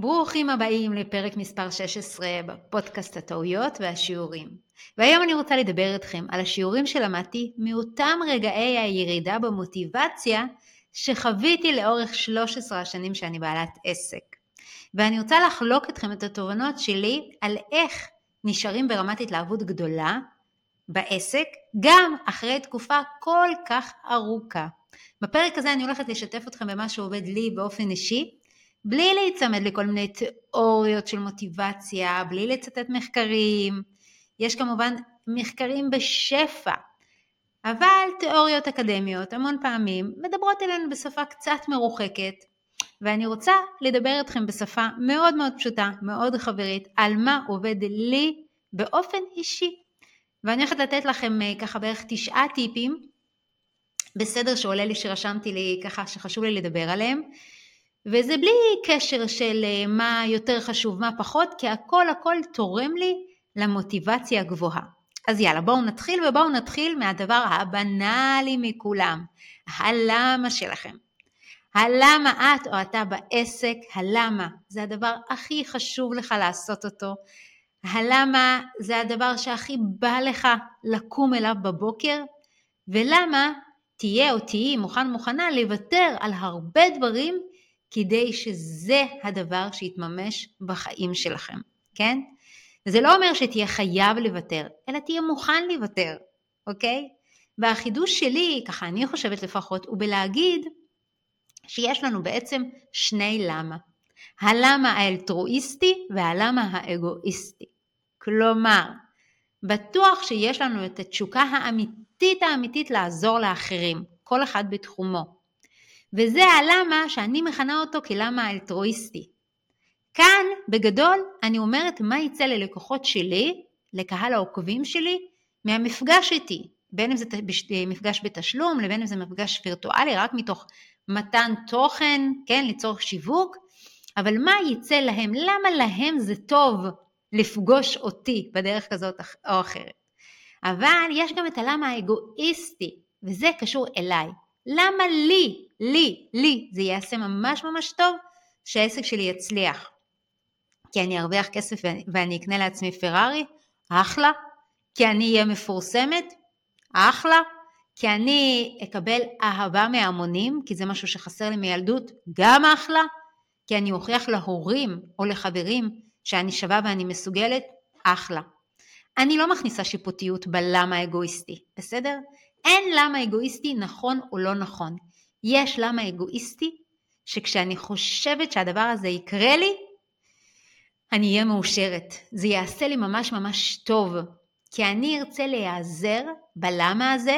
ברוכים הבאים לפרק מספר 16 בפודקאסט הטעויות והשיעורים. והיום אני רוצה לדבר איתכם על השיעורים שלמדתי מאותם רגעי הירידה במוטיבציה שחוויתי לאורך 13 השנים שאני בעלת עסק. ואני רוצה לחלוק איתכם את התובנות שלי על איך נשארים ברמת התלהבות גדולה בעסק, גם אחרי תקופה כל כך ארוכה. בפרק הזה אני הולכת לשתף אתכם במה שעובד לי באופן אישי, בלי להיצמד לכל מיני תיאוריות של מוטיבציה, בלי לצטט מחקרים. יש כמובן מחקרים בשפע, אבל תיאוריות אקדמיות המון פעמים מדברות אלינו בשפה קצת מרוחקת, ואני רוצה לדבר איתכם בשפה מאוד מאוד פשוטה, מאוד חברית, על מה עובד לי באופן אישי. ואני הולכת לתת לכם ככה בערך 9 טיפים, בסדר שעולה לי שרשמתי לי ככה שחשוב לי לדבר עליהם, וזה בלי קשר של מה יותר חשוב, מה פחות, כי הכל תורם לי למוטיבציה הגבוהה. אז יאללה, בואו נתחיל מהדבר הבנאלי מכולם, הלמה שלכם. הלמה את או אתה בעסק, הלמה זה הדבר הכי חשוב לך לעשות אותו, הלמה זה הדבר שהכי בא לך לקום אליו בבוקר, ולמה תהיה או תהיי מוכנה לוותר על הרבה דברים, כדי שזה הדבר שיתממש בחיים שלכם, כן? זה לא אומר שתהיה חייב לוותר, אלא תהיה מוכן לוותר, אוקיי? והחידוש שלי, ככה אני חושבת לפחות, הוא בלהגיד שיש לנו בעצם 2 למה. הלמה האלטרואיסטי והלמה האגואיסטי. כלומר, בטוח שיש לנו את התשוקה האמיתית לעזור לאחרים, כל אחד בתחומו. וזה הלמה שאני מכנה אותו כלמה האלטרואיסטי. כאן בגדול אני אומרת מה יצא ללקוחות שלי, לקהל העוקבים שלי, מהמפגש איתי. בין אם זה מפגש בתשלום, לבין אם זה מפגש וירטואלי, רק מתוך מתן תוכן, כן, לצורך שיווק. אבל מה יצא להם? למה להם זה טוב לפגוש אותי בדרך כזאת או אחרת? אבל יש גם את הלמה האגואיסטי, וזה קשור אליי. למה לי זה יעשה ממש טוב שהעסק שלי יצליח? כי אני ארוויח כסף ואני אקנה לעצמי פרארי? אחלה. כי אני אהיה מפורסמת? אחלה. כי אני אקבל אהבה מהמונים, כי זה משהו שחסר לי מילדות? גם אחלה. כי אני אוכיח להורים או לחברים שאני שווה ואני מסוגלת? אחלה. אני לא מכניסה שיפוטיות בלמה האגואיסטי, בסדר? אין למה אגואיסטי נכון או לא נכון. יש למה אגואיסטי שכשאני חושבת שהדבר הזה יקרה לי, אני אהיה מאושרת. זה יעשה לי ממש טוב. כי אני ארצה להיעזר בלמה הזה,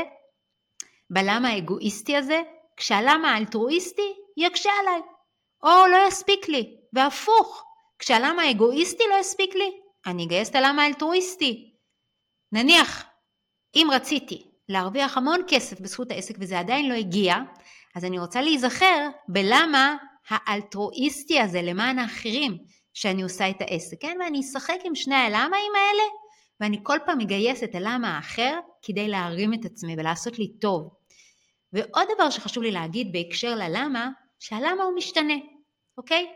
בלמה האגואיסטי הזה, כשהלמה האלטרואיסטי יקשה עליי, או לא יספיק לי. והפוך, כשהלמה האגואיסטי לא יספיק לי, אני אגייס את הלמה האלטרואיסטי. נניח, אם רציתי להרוויח המון כסף בזכות העסק וזה עדיין לא הגיע, אז אני רוצה להיזכר בלמה האלטרואיסטי הזה למען האחרים שאני עושה את העסק, כן? ואני אשחק עם 2 הלמאים האלה, ואני כל פעם מגייס את הלמה האחר כדי להרים את עצמי ולעשות לי טוב. ועוד דבר שחשוב לי להגיד בהקשר ללמה, שהלמה הוא משתנה, אוקיי?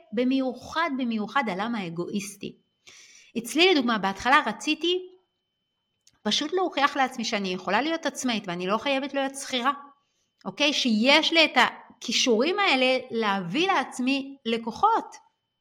במיוחד הלמה האגואיסטי. אצלי לדוגמה, בהתחלה רציתי פשוט להוכיח לעצמי שאני יכולה להיות עצמאית ואני לא חייבת להיות שכירה. אוקיי? שיש לי את הכישורים האלה להביא לעצמי לקוחות.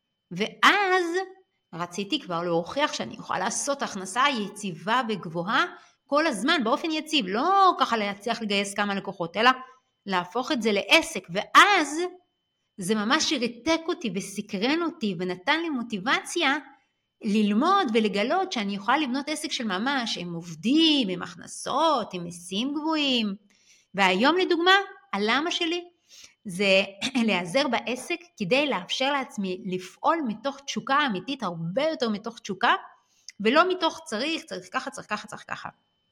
ואז רציתי כבר להוכיח שאני יכולה לעשות הכנסה יציבה וגבוהה כל הזמן באופן יציב. לא ככה להצליח לגייס כמה לקוחות, אלא להפוך את זה לעסק. ואז זה ממש ריתק אותי וסקרן אותי ונתן לי מוטיבציה ללמוד ולגלות שאני יכולה לבנות עסק של ממש, עם עובדים, עם הכנסות, עם מיסים גבוהים. והיום לדוגמה, הלמה שלי זה להיעזר בעסק כדי לאפשר לעצמי לפעול מתוך תשוקה אמיתית, הרבה יותר מתוך תשוקה, ולא מתוך צריך ככה.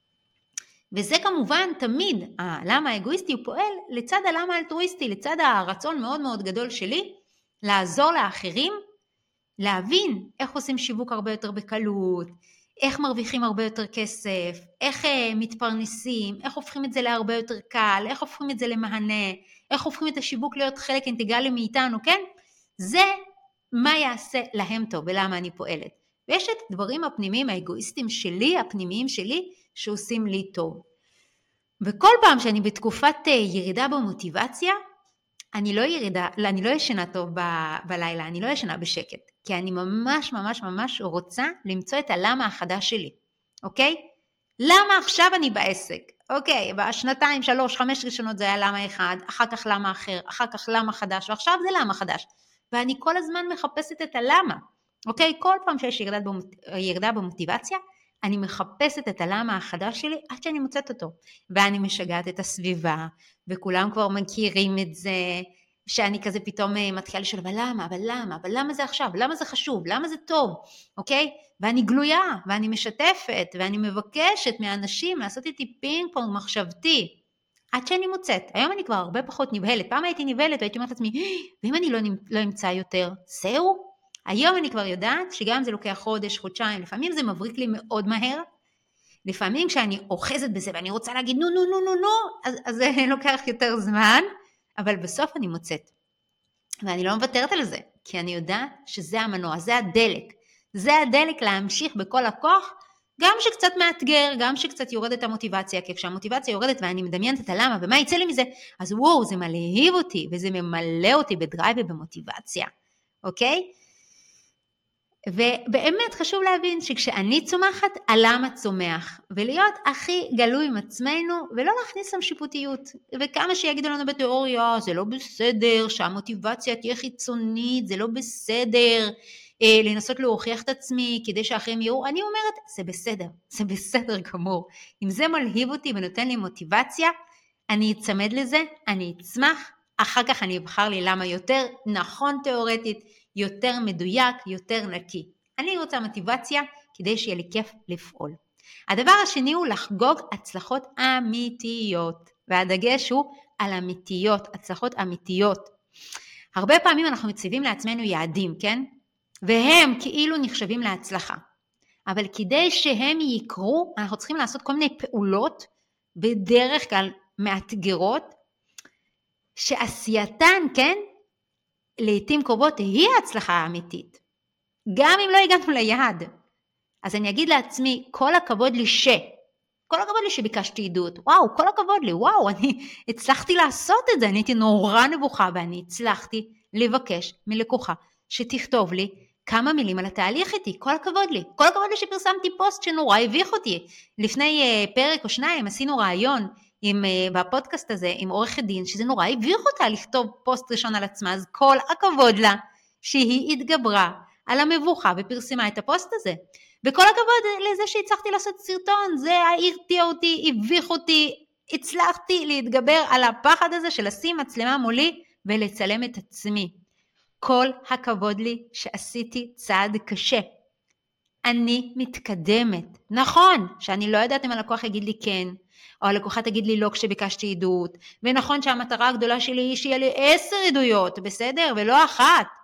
וזה כמובן תמיד, הלמה האגואיסטי הוא פועל לצד הלמה האלטרואיסטי, לצד הרצון מאוד מאוד גדול שלי, לעזור לאחרים, להבין איך עושים שיווק הרבה יותר בקלות, איך מרוויחים הרבה יותר כסף, איך מתפרנסים, איך הופכים את זה להרבה יותר קל, איך הופכים את זה למהנה, איך הופכים את השיווק להיות חלק אינטגרלי מאיתנו, כן? זה מה יעשה להם טוב ולמה אני פועלת. ויש את הדברים הפנימיים, האגואיסטים שלי, הפנימיים שלי, שעושים לי טוב. וכל פעם שאני בתקופת ירידה במוטיבציה, אני לא ישנה טוב בלילה, אני לא ישנה בשקט, כי אני ממש ממש ממש רוצה למצוא את הלמה החדש שלי, אוקיי? למה עכשיו אני בעסק? אוקיי, בשנתיים, 3, 5 ראשונות זה היה למה אחד, אחר כך למה אחר, אחר כך למה חדש, ועכשיו זה למה חדש. ואני כל הזמן מחפשת את הלמה, אוקיי? כל פעם שיש ירידה במוטיבציה, אני מחפשת את הלמה החדש שלי עד שאני מוצאת אותו. ואני משגעת את הסביבה, וכולם כבר מכירים את זה, שאני כזה פתאום מתחילה לשאול, אבל למה זה עכשיו? למה זה חשוב? למה זה טוב? אוקיי? ואני גלויה, ואני משתפת, ואני מבקשת מהאנשים לעשות איתי פינג פונג מחשבתי, עד שאני מוצאת. היום אני כבר הרבה פחות נבהלת. פעם הייתי נבהלת, והייתי אומרת לעצמי, ואם אני לא אמצא יותר, זהו? היום אני כבר יודעת שגם זה לוקח חודש, חודשיים, לפעמים זה מבריק לי מאוד מהר, לפעמים כשאני אוחזת בזה ואני רוצה להגיד נו, אז זה לוקח יותר זמן, אבל בסוף אני מוצאת. ואני לא מוותרת על זה, כי אני יודעת שזה המנוע, זה הדלק. זה הדלק להמשיך בכל הכוח, גם שקצת מאתגר, גם שקצת יורדת המוטיבציה, כי כשהמוטיבציה יורדת ואני מדמיינת את הלמה, ומה יצא לי מזה, אז וואו, זה מלהיב אותי, וזה ממלא אותי בדרייב ובמוטיבציה, אוקיי? ובאמת חשוב להבין שכשאני צומחת, הלמה צומח, ולהיות הכי גלוי עם עצמנו, ולא להכניס שם שיפוטיות, וכמה שיגידו לנו בתיאוריה, זה לא בסדר, שהמוטיבציה תהיה חיצונית, זה לא בסדר, לנסות להוכיח את עצמי, כדי שאחרים יראו, אני אומרת, זה בסדר גמור, אם זה מלהיב אותי ונותן לי מוטיבציה, אני אצמד לזה, אני אצמח, אחר כך אני אבחר לי למה יותר נכון תיאורטית, יותר מדויק, יותר נקי. אני רוצה מוטיבציה כדי שיהיה לי כיף לפעול. הדבר השני הוא לחגוג הצלחות אמיתיות, והדגש הוא על אמיתיות, הצלחות אמיתיות. הרבה פעמים אנחנו מציבים לעצמנו יעדים, כן? והם כאילו נחשבים להצלחה. אבל כדי שהם יקרו, אנחנו צריכים לעשות כל מיני פעולות, בדרך כלל מאתגרות, שעשייתן, כן? לעתים קרובות היא ההצלחה האמיתית. גם אם לא הגענו ליעד. אז אני אגיד לעצמי, כל הכבוד לי שביקשתי עדות. וואו, כל הכבוד לי, וואו, אני הצלחתי לעשות את זה. אני הייתי נורא נבוכה, ואני הצלחתי לבקש מלקוחה שתכתוב לי כמה מילים על התהליך איתי. כל הכבוד לי. כל הכבוד לי שפרסמתי פוסט שנורא הביך אותי. לפני פרק או שניים עשינו רעיון בפודקאסט הזה עם עורכת דין, שזה נורא הביך אותה לכתוב פוסט ראשון על עצמה, אז כל הכבוד לה שהיא התגברה על המבוכה ופרסמה את הפוסט הזה. וכל הכבוד לזה שהצלחתי לעשות סרטון, זה הרתיע אותי, הביך אותי, הצלחתי להתגבר על הפחד הזה של לשים מצלמה מולי ולצלם את עצמי. כל הכבוד לי שעשיתי צעד קשה. אני מתקדמת. נכון שאני לא יודעת אם הלקוח יגיד לי כן, או הלקוחה תגיד לי לא כשביקשתי עדות, ונכון שהמטרה הגדולה שלי היא שיהיה לי 10 עדויות, בסדר? ולא 1.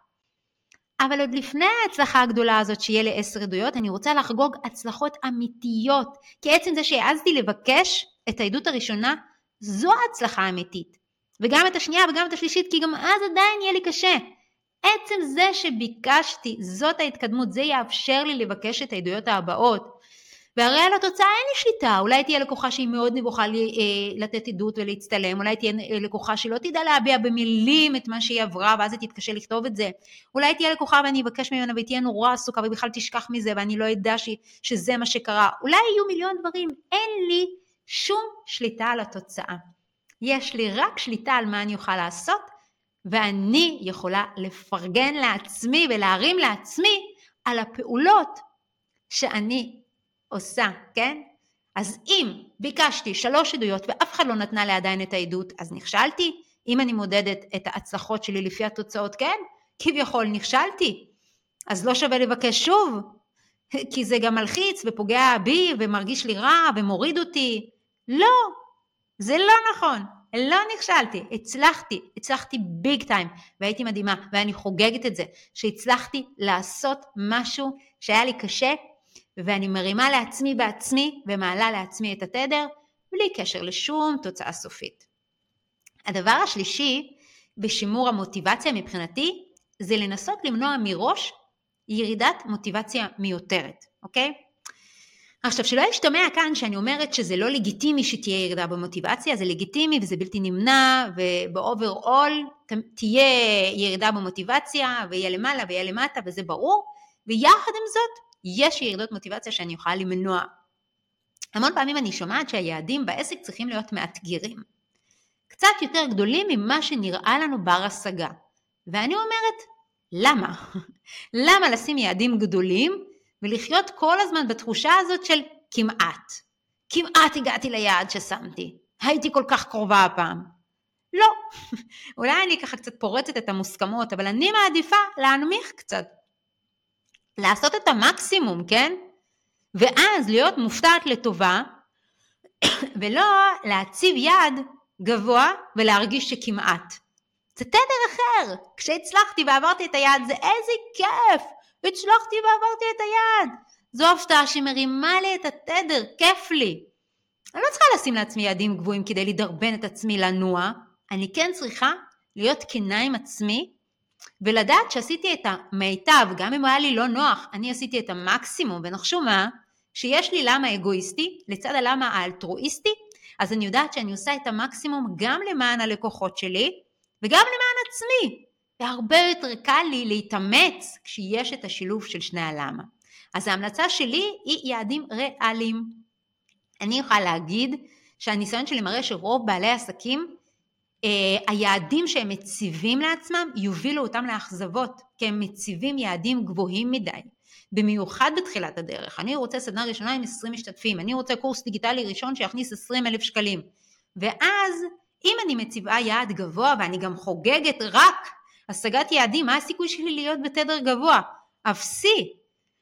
אבל עוד לפני ההצלחה הגדולה הזאת שיהיה לי 10 עדויות, אני רוצה לחגוג הצלחות אמיתיות, כי עצם זה שהעזתי לבקש את העדות הראשונה, זו ההצלחה האמיתית. וגם את השנייה וגם את השלישית, כי גם אז עדיין יהיה לי קשה. עצם זה שביקשתי, זאת ההתקדמות, זה יאפשר לי לבקש את העדויות הבאות. והרי על התוצאה אין לי שליטה, אולי תהיה לקוחה שהיא מאוד נבוכה לתת עדות ולהצטלם, אולי תהיה לקוחה שלא תדע להביע במילים את מה שהיא עברה, ואז היא תתקשה לכתוב את זה, אולי תהיה לקוחה ואני אבקש ממנה והיא תהיה נורא עסוקה ובכלל תשכח מזה ואני לא אדע שזה מה שקרה, אולי יהיו מיליון דברים, אין לי שום שליטה על התוצאה, יש לי רק שליטה על מה אני אוכל לעשות, ואני יכולה לפרגן לעצמי ולהרים לעצמי על הפעולות שאני עושה, כן? אז אם ביקשתי 3 עדויות ואף אחד לא נתנה לי עדיין את העדות, אז נכשלתי. אם אני מודדת את ההצלחות שלי לפי התוצאות, כן? כביכול נכשלתי. אז לא שווה לבקש שוב, כי זה גם מלחיץ ופוגע בי ומרגיש לי רע ומוריד אותי. לא, זה לא נכון. לא נכשלתי, הצלחתי ביג טיים, והייתי מדהימה, ואני חוגגת את זה, שהצלחתי לעשות משהו שהיה לי קשה, ואני מרימה לעצמי בעצמי, ומעלה לעצמי את התדר, בלי קשר לשום תוצאה סופית. הדבר השלישי, בשימור המוטיבציה מבחינתי, זה לנסות למנוע מראש ירידת מוטיבציה מיותרת, אוקיי? עכשיו, שלא ישתמע כאן שאני אומרת שזה לא לגיטימי שתהיה ירידה במוטיבציה, זה לגיטימי וזה בלתי נמנע, ובאוברול תהיה ירידה במוטיבציה, ויהיה למעלה ויהיה למטה, וזה ברור, ויחד עם זאת, יש ירידות מוטיבציה שאני יכולה למנוע. המון פעמים אני שומעת שהיעדים בעסק צריכים להיות מאתגרים, קצת יותר גדולים ממה שנראה לנו בר השגה, ואני אומרת, למה? למה לשים יעדים גדולים, ולחיות כל הזמן בתחושה הזאת של כמעט הגעתי ליעד ששמתי, הייתי כל כך קרובה הפעם. לא, אולי אני ככה קצת פורצת את המוסכמות, אבל אני מעדיפה להנמיך קצת, לעשות את המקסימום, כן? ואז להיות מופתעת לטובה, ולא להציב יעד גבוה ולהרגיש שכמעט. זה תדר אחר, כשהצלחתי ועברתי את היעד, זה איזה כיף, הצלחתי ועברתי את היעד, זו הפתעה שמרימה לי את התדר, כיף לי. אני לא צריכה לשים לעצמי יעדים גבוהים כדי לדרבן את עצמי לנוע, אני כן צריכה להיות כנה עם עצמי, ולדעת שעשיתי את המיטב, גם אם היה לי לא נוח, אני עשיתי את המקסימום, ונחשו מה, שיש לי למה אגואיסטי, לצד הלמה האלטרואיסטי, אז אני יודעת שאני עושה את המקסימום גם למען הלקוחות שלי, וגם למען עצמי, והרבה יותר קל לי להתאמץ כשיש את השילוב של שני הלמה. אז ההמלצה שלי היא יעדים ריאליים. אני יכולה להגיד שהניסיון שלי מראה שרוב בעלי עסקים, היעדים שהם מציבים לעצמם יובילו אותם לאכזבות, כי הם מציבים יעדים גבוהים מדי, במיוחד בתחילת הדרך. אני רוצה סדנה ראשונה עם 20 משתתפים, אני רוצה קורס דיגיטלי ראשון שיכניס 20,000 שקלים, ואז אם אני מציבה יעד גבוה ואני גם חוגגת רק השגת יעדים, מה הסיכוי שלי להיות בתדר גבוה? אפסי.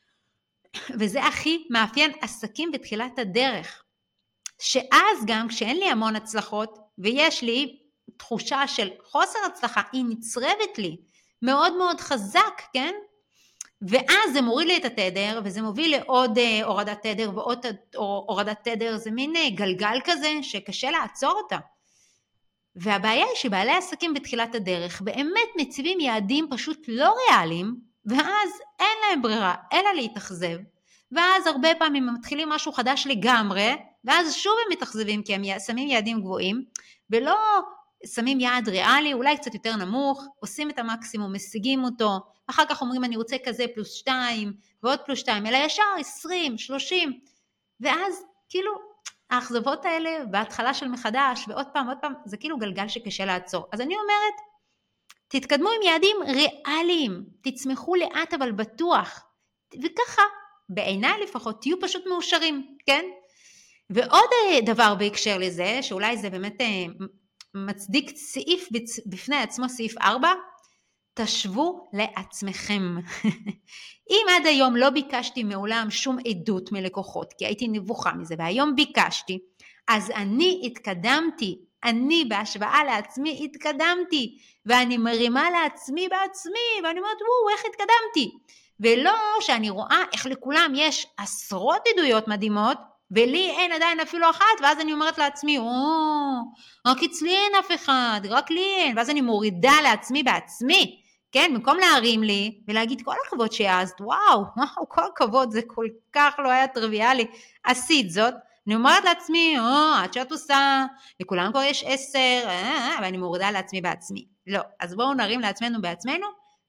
וזה הכי מאפיין עסקים בתחילת הדרך, שאז גם כשאין לי המון הצלחות ויש לי תחושה של חוסר הצלחה, היא נצרבת לי מאוד מאוד חזק, כן? ואז זה מוריד לי את התדר, וזה מוביל לעוד הורדת תדר ועוד הורדת תדר, זה מין גלגל כזה שקשה לעצור אותה. והבעיה היא שבעלי עסקים בתחילת הדרך באמת מציבים יעדים פשוט לא ריאליים, ואז אין להם ברירה אלא להתאכזב, ואז הרבה פעמים הם מתחילים משהו חדש לגמרי, ואז שוב הם מתאכזבים כי הם שמים יעדים גבוהים, ולא שמים יעד ריאלי, אולי קצת יותר נמוך, עושים את המקסימום, משיגים אותו, אחר כך אומרים אני רוצה כזה +2 ועוד +2, אלא ישר 20, 30, ואז כאילו האכזבות האלה בהתחלה של מחדש, ועוד פעם, זה כאילו גלגל שקשה לעצור. אז אני אומרת, תתקדמו עם יעדים ריאליים, תצמחו לאט אבל בטוח, וככה, בעיניי לפחות, תהיו פשוט מאושרים, כן? ועוד דבר בהקשר לזה, שאולי זה באמת מצדיק סעיף בפני עצמו, סעיף 4, תשבו לעצמכם. אם עד היום לא ביקשתי מעולם שום עדות מלקוחות, כי הייתי נבוכה מזה, והיום ביקשתי, אז אני התקדמתי, אני בהשוואה לעצמי התקדמתי, ואני מרימה לעצמי בעצמי, ואני אומרת, וואו, איך התקדמתי? ולא שאני רואה איך לכולם יש עשרות עדויות מדהימות, ולי אין עדיין אפילו אחת, ואז אני אומרת לעצמי, רק אצלי אין אף אחד, רק לי אין, ואז אני מורידה לעצמי בעצמי, כן, במקום להרים לי, ולהגיד כל הכבוד שהעזת, וואו, כל הכבוד, זה כל כך לא היה טריוויאלי, עשית זאת, אני אומרת לעצמי, עד שאת עושה, לכולם כבר יש 10, ואני מורידה לעצמי בעצמי, לא, אז בואו נרים לעצמנו בעצמנו,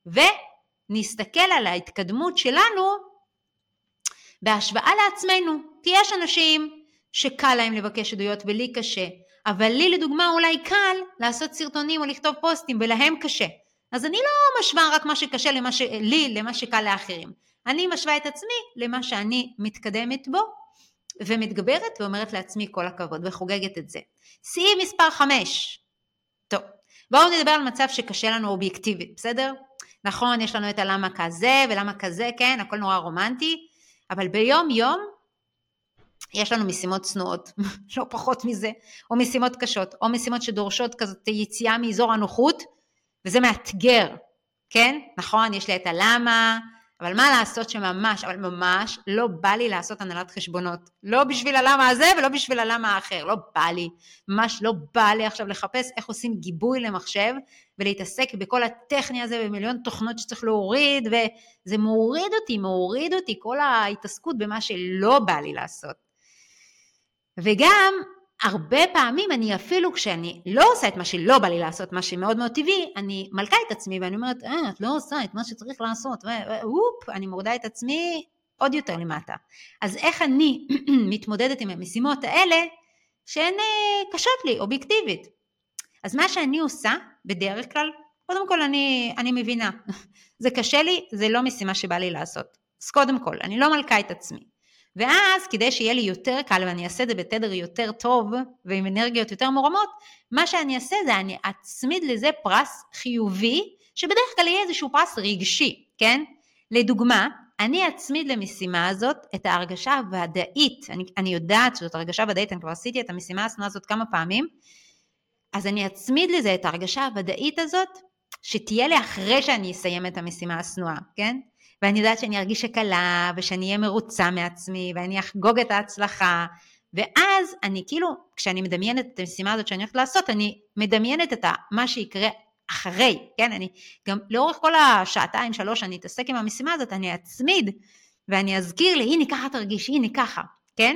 ונסתכל על ההתקדמות שלנו, בהשוואה לעצמנו, כי יש אנשים שקל להם לבקש עדויות ולי קשה, אבל לי לדוגמה אולי קל לעשות סרטונים או לכתוב פוסטים ולהם קשה. אז אני לא משווה רק מה שקשה לי למה שקל לאחרים. אני משווה את עצמי למה שאני מתקדמת בו ומתגברת ואומרת לעצמי כל הכבוד וחוגגת את זה. סעיף מספר 5. טוב, בואו נדבר על מצב שקשה לנו אובייקטיבית, בסדר? נכון, יש לנו את הלמה כזה ולמה כזה, כן, הכל נורא רומנטי. אבל ביום יום יש לנו משימות צנועות, לא פחות מזה, או משימות קשות, או משימות שדורשות כזאת יציאה מאזור הנוחות, וזה מאתגר, כן? נכון, יש לי את הלמה, אבל מה לעשות שממש, אבל ממש לא בא לי לעשות הנהלת חשבונות, לא בשביל הלמה הזה ולא בשביל הלמה האחר, לא בא לי, ממש לא בא לי עכשיו לחפש איך עושים גיבוי למחשב, ולהתעסק בכל הטכני הזה, במיליון תוכנות שצריך להוריד, וזה מוריד אותי, כל ההתעסקות במה שלא בא לי לעשות. וגם הרבה פעמים אני אפילו כשאני לא עושה את מה שלא בא לי לעשות, מה שמאוד מאוד טבעי, אני מלכה את עצמי ואני אומרת, את לא עושה את מה שצריך לעשות, אני מורדה את עצמי עוד יותר למטה. אז איך אני מתמודדת עם המשימות האלה שהן קשות לי, אובייקטיבית? אז מה שאני עושה בדרך כלל, קודם כל אני מבינה, זה קשה לי, זה לא משימה שבא לי לעשות. אז קודם כל, אני לא מלכה את עצמי. ואז כדי שיהיה לי יותר קל ואני אעשה את זה בתדר יותר טוב ועם אנרגיות יותר מורמות, מה שאני אעשה זה אני אצמיד לזה פרס חיובי, שבדרך כלל יהיה איזשהו פרס רגשי, כן? לדוגמה, אני אצמיד למשימה הזאת את ההרגשה הוודאית, אני יודעת שזאת הרגשה ודאית, אני כבר עשיתי את המשימה הסנועה הזאת כמה פעמים, אז אני אצמיד לזה את ההרגשה הוודאית הזאת, שתהיה לי אחרי שאני אסיים את המשימה הסנועה, כן? ואני יודעת שאני ארגיש שקלה, ושאני אהיה מרוצה מעצמי, ואני אחגוג את ההצלחה, ואז אני כאילו, כשאני מדמיינת את המשימה הזאת שאני הולכת לעשות, אני מדמיינת את מה שיקרה אחרי, כן? אני גם לאורך כל השעתיים, 3, אני אתעסק עם המשימה הזאת, אני אצמיד, ואני אזכיר לי, הנה ככה תרגיש, הנה ככה, כן?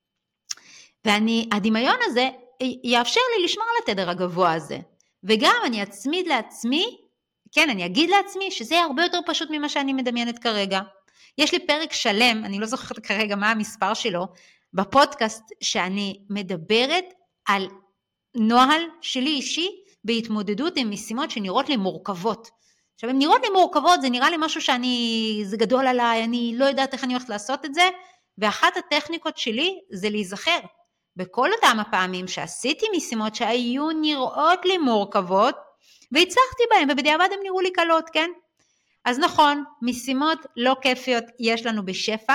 והדמיון הזה יאפשר לי לשמור על התדר הגבוה הזה, וגם אני אצמיד לעצמי, כן, אני אגיד לעצמי שזה יהיה הרבה יותר פשוט ממה שאני מדמיינת כרגע. יש לי פרק שלם, אני לא זוכרת כרגע מה המספר שלו, בפודקאסט שאני מדברת על נוהל שלי אישי, בהתמודדות עם משימות שנראות לי מורכבות. עכשיו, אם נראות לי מורכבות, זה נראה לי משהו זה גדול עליי, אני לא יודעת איך אני הולכת לעשות את זה, ואחת הטכניקות שלי זה להיזכר. בכל אותם הפעמים שעשיתי משימות שהיו נראות לי מורכבות, והצלחתי בהם, ובדיעבד הם נראו לי קלות, כן? אז נכון, משימות לא כיפיות יש לנו בשפע,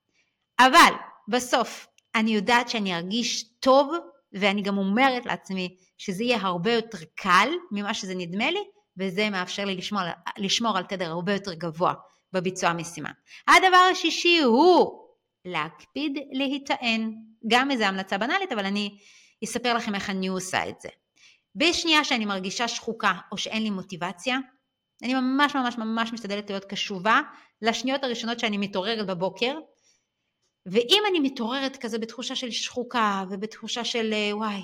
אבל בסוף אני יודעת שאני ארגיש טוב, ואני גם אומרת לעצמי שזה יהיה הרבה יותר קל ממה שזה נדמה לי, וזה מאפשר לי לשמור על תדר הרבה יותר גבוה בביצוע המשימה. הדבר השישי הוא להקפיד להיטען, גם איזו המלצה בנאלית, אבל אני אספר לכם איך אני עושה את זה. בשנייה שאני מרגישה שחוקה או שאין לי מוטיבציה, אני ממש משתדלת להיות קשובה לשניות הראשונות שאני מתעוררת בבוקר, ואם אני מתעוררת כזה בתחושה של שחוקה ובתחושה של וואי,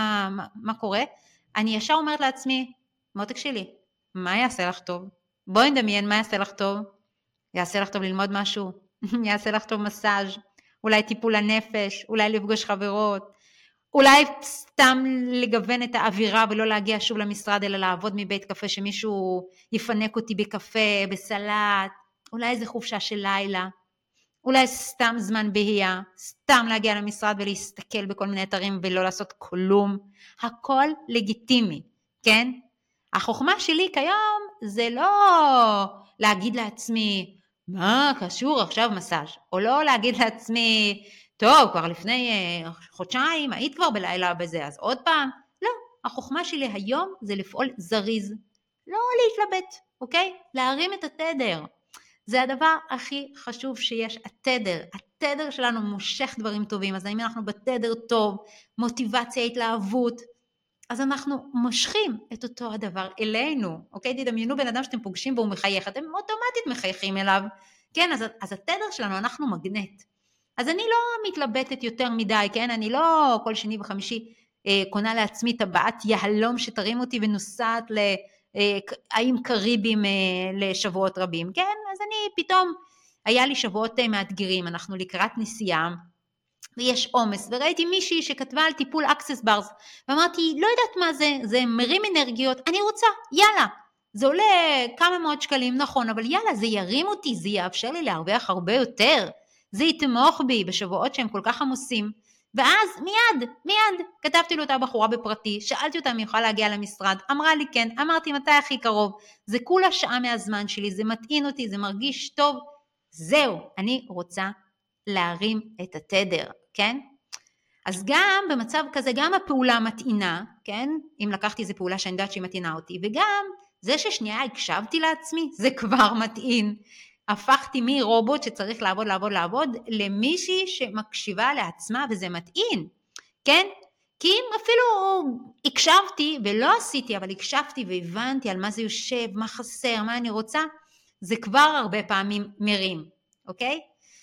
מה קורה? אני ישר אומרת לעצמי, מותק שלי, מה יעשה לך טוב? בואי נדמיין מה יעשה לך טוב. יעשה לך טוב ללמוד משהו, יעשה לך טוב מסאז', אולי טיפול הנפש, אולי לפגוש חברות, אולי סתם לגוון את האווירה ולא להגיע שוב למשרד, אלא לעבוד מבית קפה שמישהו יפנק אותי בקפה, בסלט, אולי איזה חופשה של לילה, אולי סתם זמן בהייה, סתם להגיע למשרד ולהסתכל בכל מיני אתרים ולא לעשות כלום, הכל לגיטימי, כן? החוכמה שלי כיום זה לא להגיד לעצמי, מה קשור עכשיו מסאז', או לא להגיד לעצמי, טוב, כבר לפני חודשיים, היית כבר בלילה בזה, אז עוד פעם, לא, החוכמה שלי היום זה לפעול זריז, לא להתלבט, אוקיי? להרים את התדר, זה הדבר הכי חשוב שיש, התדר שלנו מושך דברים טובים, אז אם אנחנו בתדר טוב, מוטיבציה, התלהבות, אז אנחנו מושכים את אותו הדבר אלינו, אוקיי? תדמיינו בן אדם שאתם פוגשים בו ומחייך, אתם אוטומטית מחייכים אליו, כן? אז התדר שלנו, אנחנו מגנט. אז אני לא מתלבטת יותר מדי, כן? אני לא כל שני וחמישי קונה לעצמי טבעת יהלום שתרים אותי ונוסעת האם קריבים לשבועות רבים, כן? אז אני פתאום, היה לי שבועות מאתגרים, אנחנו לקראת נסיעה, ויש עומס, וראיתי מישהי שכתבה על טיפול אקסס ברס, ואמרתי, לא יודעת מה זה, זה מרים אנרגיות, אני רוצה, יאללה, זה עולה כמה מאות שקלים, נכון, אבל יאללה, זה ירים אותי, זה יאפשר לי להרוויח הרבה יותר, זה יתמוך בי בשבועות שהם כל כך עמוסים, ואז מיד כתבתי לו אותה בחורה בפרטי, שאלתי אותה אם היא יכולה להגיע למשרד, אמרה לי כן, אמרתי מתי הכי קרוב, זה כולה שעה מהזמן שלי, זה מתאים אותי, זה מרגיש טוב, זהו, אני רוצה להרים את התדר, כן? אז גם במצב כזה, גם הפעולה מתאינה, כן? אם לקחתי איזו פעולה שאני יודעת שהיא מתאינה אותי, וגם זה ששנייה הקשבתי לעצמי, זה כבר מתאים. הפכתי מרובוט שצריך לעבוד, למישהי שמקשיבה לעצמה וזה מתאים, כן? כי אם אפילו הקשבתי ולא עשיתי, אבל הקשבתי והבנתי על מה זה יושב, מה חסר, מה אני רוצה, זה כבר הרבה פעמים מרים, אוקיי?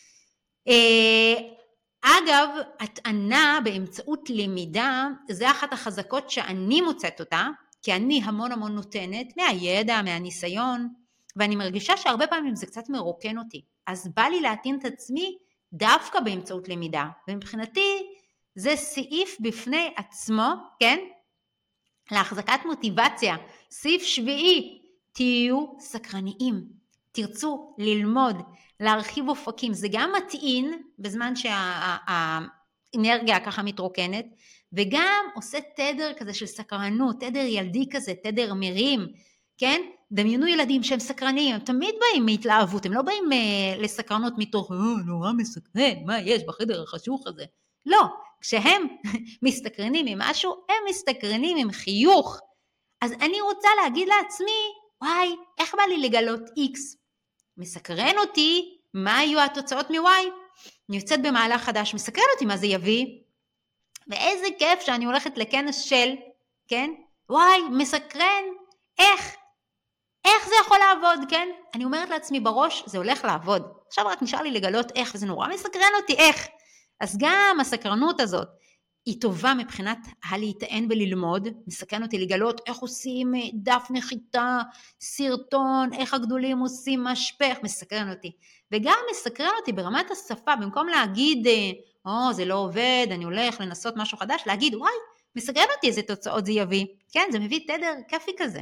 אגב, הטענה באמצעות למידה, זה אחת החזקות שאני מוצאת אותה, כי אני המון נותנת מהידע, מהניסיון, ואני מרגישה שהרבה פעמים זה קצת מרוקן אותי. אז בא לי להטעין את עצמי דווקא באמצעות למידה, ומבחינתי זה סעיף בפני עצמו, כן? להחזקת מוטיבציה. סעיף שביעי, תהיו סקרניים, תרצו ללמוד, להרחיב אופקים, זה גם מטעין בזמן שהאנרגיה ככה מתרוקנת, וגם עושה תדר כזה של סקרנות, תדר ילדי כזה, תדר מרים, כן? דמיינו ילדים שהם סקרניים, הם תמיד באים מהתלהבות, הם לא באים לסקרנות מתוך, נורא מסקרן, מה יש בחדר החשוך הזה? לא, כשהם מסתקרנים עם משהו, הם מסתקרנים עם חיוך. אז אני רוצה להגיד לעצמי, וואי, איך בא לי לגלות X? מסקרן אותי, מה יהיו התוצאות מוואי? אני יוצאת במהלך חדש, מסקרן אותי מה זה יביא, ואיזה כיף שאני הולכת לכנס של, כן? וואי, מסקרן, איך זה יכול לעבוד, כן? אני אומרת לעצמי בראש, זה הולך לעבוד. עכשיו רק נשאר לי לגלות איך, וזה נורא מסקרן אותי, איך? אז גם הסקרנות הזאת, היא טובה מבחינת הלהיטען וללמוד, מסקרן אותי לגלות איך עושים דף נחיתה, סרטון, איך הגדולים עושים משפך, מסקרן אותי. וגם מסקרן אותי ברמת השפה, במקום להגיד, זה לא עובד, אני הולך לנסות משהו חדש, להגיד, וואי, מסקרן אותי איזה תוצאות זה יביא. כן, זה מביא תדר כיפי כזה.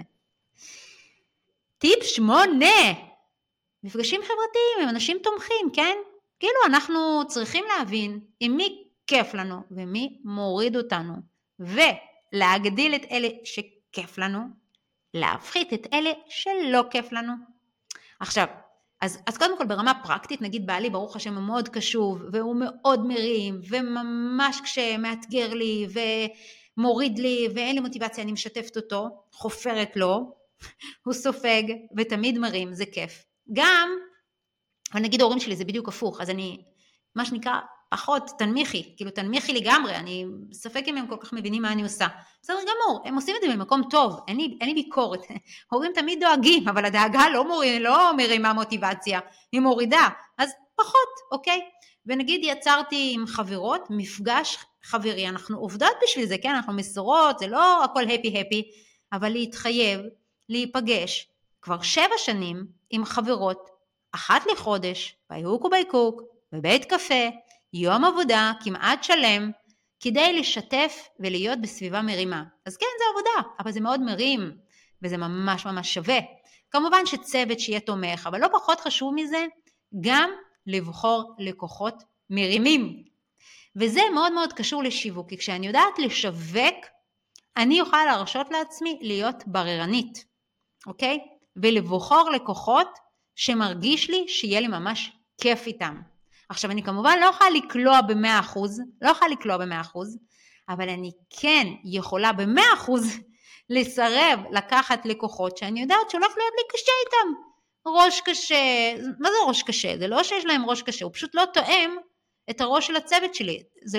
טיפ 8, מפגשים חברתיים עם אנשים תומכים, כן? כאילו אנחנו צריכים להבין עם מי כיף לנו ומי מוריד אותנו, ולהגדיל את אלה שכיף לנו, להפחית את אלה שלא כיף לנו. עכשיו, אז קודם כל ברמה פרקטית, נגיד בעלי ברוך השם הוא מאוד קשוב, והוא מאוד מרים, וממש כשמאתגר לי ומוריד לי, ואין לי מוטיבציה, אני משתפת אותו, חופרת לו, הוא סופג ותמיד מרים, זה כיף. גם, ונגיד ההורים שלי זה בדיוק הפוך, אז אני, מה שנקרא, פחות תנמיכי, כאילו תנמיכי לגמרי, אני ספק אם הם כל כך מבינים מה אני עושה. בסדר גמור, הם עושים את זה במקום טוב, אין לי ביקורת. הורים תמיד דואגים, אבל הדאגה לא מרימה מוטיבציה, היא מורידה, אז פחות, אוקיי? ונגיד יצרתי עם חברות, מפגש חברי, אנחנו עובדות בשביל זה, כן? אנחנו מסורות, זה לא הכל הפי, אבל להתחייב, להיפגש, כבר 7 שנים עם חברות, אחת לחודש, ביהוק ובייקוק, בבית קפה, יום עבודה כמעט שלם, כדי לשתף ולהיות בסביבה מרימה. אז כן, זה עבודה, אבל זה מאוד מרים, וזה ממש שווה. כמובן שצוות שיהיה תומך, אבל לא פחות חשוב מזה, גם לבחור לקוחות מרימים. וזה מאוד קשור לשיווק, כי כשאני יודעת לשווק, אני אוכל להרשות לעצמי להיות בררנית, אוקיי? ולבחור לקוחות שמרגיש לי שיהיה לי ממש כיף איתם. עכשיו אני כמובן לא יכולה לקלוע ב100%, אבל אני כן יכולה ב100% לסרב לקחת לקוחות שאני יודעת שהולך להיות לי קשה איתם. ראש קשה, מה זה ראש קשה? זה לא שיש להם ראש קשה, הוא פשוט לא תואם את הראש של הצוות שלי. זה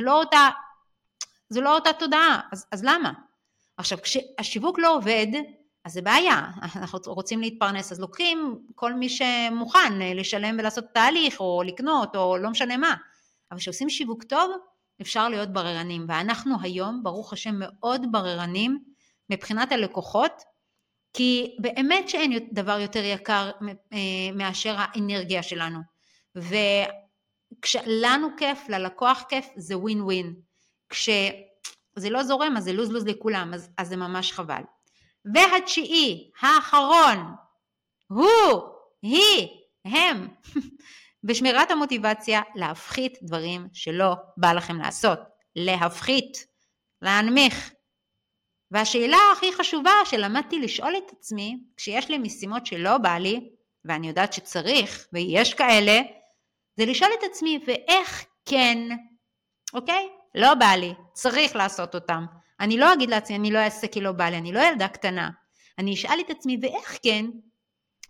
לא אותה תודעה, אז למה? עכשיו כשהשיווק לא עובד, אז זה בעיה, אנחנו רוצים להתפרנס, אז לוקחים כל מי שמוכן לשלם ולעשות תהליך, או לקנות, או לא משנה מה. אבל כשעושים שיווק טוב, אפשר להיות בררנים, ואנחנו היום, ברוך השם, מאוד בררנים, מבחינת הלקוחות, כי באמת שאין דבר יותר יקר מאשר האנרגיה שלנו. וכשלנו כיף, ללקוח כיף, זה ווין ווין. כשזה לא זורם, אז זה לוז לכולם, אז זה ממש חבל. והתשיעי, האחרון, הם, בשמירת המוטיבציה, להפחית דברים שלא בא לכם לעשות, להפחית, להנמיך. והשאלה הכי חשובה שלמדתי לשאול את עצמי, כשיש לי משימות שלא בא לי, ואני יודעת שצריך, ויש כאלה, זה לשאול את עצמי, ואיך כן, אוקיי? לא בא לי, צריך לעשות אותם. אני לא אגיד לעצמי, אני לא אעשה כי לא בא לי, אני לא ילדה קטנה. אני אשאל את עצמי, ואיך כן?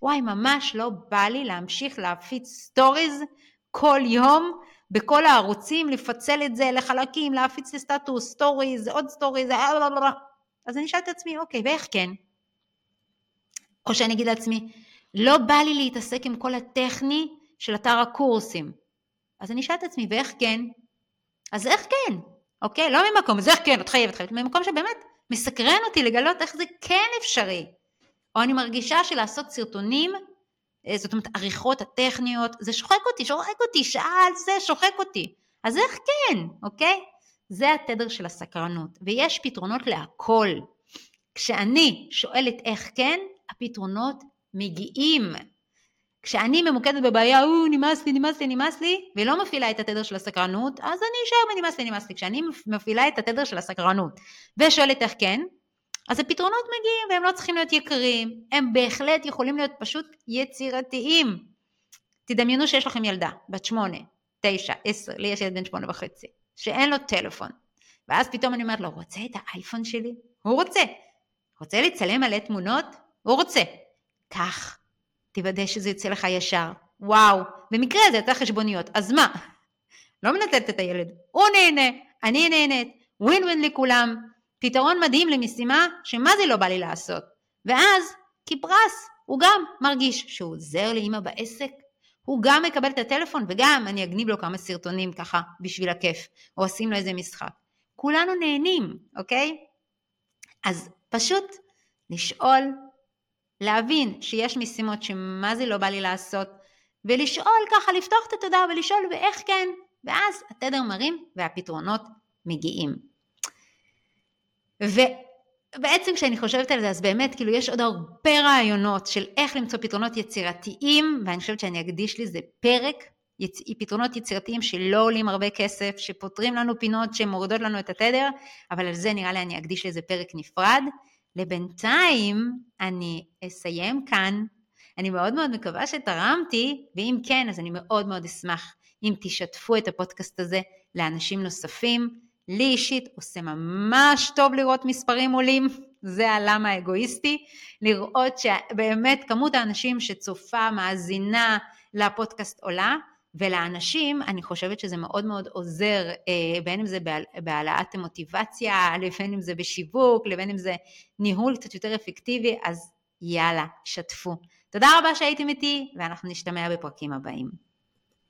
וואי, ממש לא בא לי להמשיך להפיץ סטוריז כל יום, בכל הערוצים, לפצל את זה לחלקים, להפיץ לסטטוס, סטוריז, עוד סטוריז, אז אני אשאל את עצמי, אוקיי, ואיך כן? או שאני אגיד לעצמי, לא בא לי להתעסק עם כל הטכני של אתר הקורסים. אז אני אשאל את עצמי, ואיך כן? אז איך כן? אוקיי? לא ממקום, אז איך כן? את חייבת. ממקום שבאמת מסקרן אותי לגלות איך זה כן אפשרי. או אני מרגישה שלעשות סרטונים, זאת אומרת, עריכות הטכניות, זה שוחק אותי, שעה על זה שוחק אותי. אז איך כן? אוקיי? זה התדר של הסקרנות. ויש פתרונות להכל. כשאני שואלת איך כן, הפתרונות מגיעים. כשאני ממוקדת בבעיה, נמאס לי, ולא מפעילה את התדר של הסקרנות, אז אני אשאר נמאס לי. כשאני מפעילה את התדר של הסקרנות, ושואלת איך כן, אז הפתרונות מגיעים, והם לא צריכים להיות יקרים, הם בהחלט יכולים להיות פשוט יצירתיים. תדמיינו שיש לכם ילדה, בת 8, 9, 10, לי יש ילד בן 8.5, שאין לו טלפון, ואז פתאום אני אומרת לו, רוצה את האייפון שלי? הוא רוצה לצלם מלא תמונות? הוא רוצה. כך, תוודא שזה יוצא לך ישר. וואו, במקרה זה יצא חשבוניות, אז מה? לא מנצלת את הילד, הוא נהנה, אני נהנית, ווין לכולם, פתרון מדהים למשימה שמה זה לא בא לי לעשות. ואז, כפרס, הוא גם מרגיש שהוא עוזר לאמא בעסק, הוא גם מקבל את הטלפון, וגם אני אגניב לו כמה סרטונים ככה בשביל הכיף, או עושים לו איזה משחק. כולנו נהנים, אוקיי? אז פשוט לשאול, להבין שיש משימות שמה זה לא בא לי לעשות, ולשאול ככה, לפתוח את התודעה ולשאול ואיך כן, ואז התדר מרים והפתרונות מגיעים. ובעצם כשאני חושבת על זה, אז באמת כאילו יש עוד הרבה רעיונות של איך למצוא פתרונות יצירתיים, ואני חושבת שאני אקדיש לזה פרק, פתרונות יצירתיים שלא עולים הרבה כסף, שפותרים לנו פינות שמורידות לנו את התדר, אבל על זה נראה לי אני אקדיש לזה פרק נפרד. לבינתיים אני אסיים כאן, אני מאוד מאוד מקווה שתרמתי, ואם כן אז אני מאוד מאוד אשמח אם תשתפו את הפודקאסט הזה לאנשים נוספים. לי אישית עושה ממש טוב לראות מספרים עולים, זה הלמה האגואיסטי, לראות שבאמת כמות האנשים שצופה, מאזינה לפודקאסט עולה, ולאנשים אני חושבת שזה מאוד מאוד עוזר, בין אם זה בהעלאת המוטיבציה, לבין אם זה בשיווק, לבין אם זה ניהול קצת יותר אפקטיבי, אז יאללה, שתפו. תודה רבה שהייתם איתי, ואנחנו נשתמע בפרקים הבאים.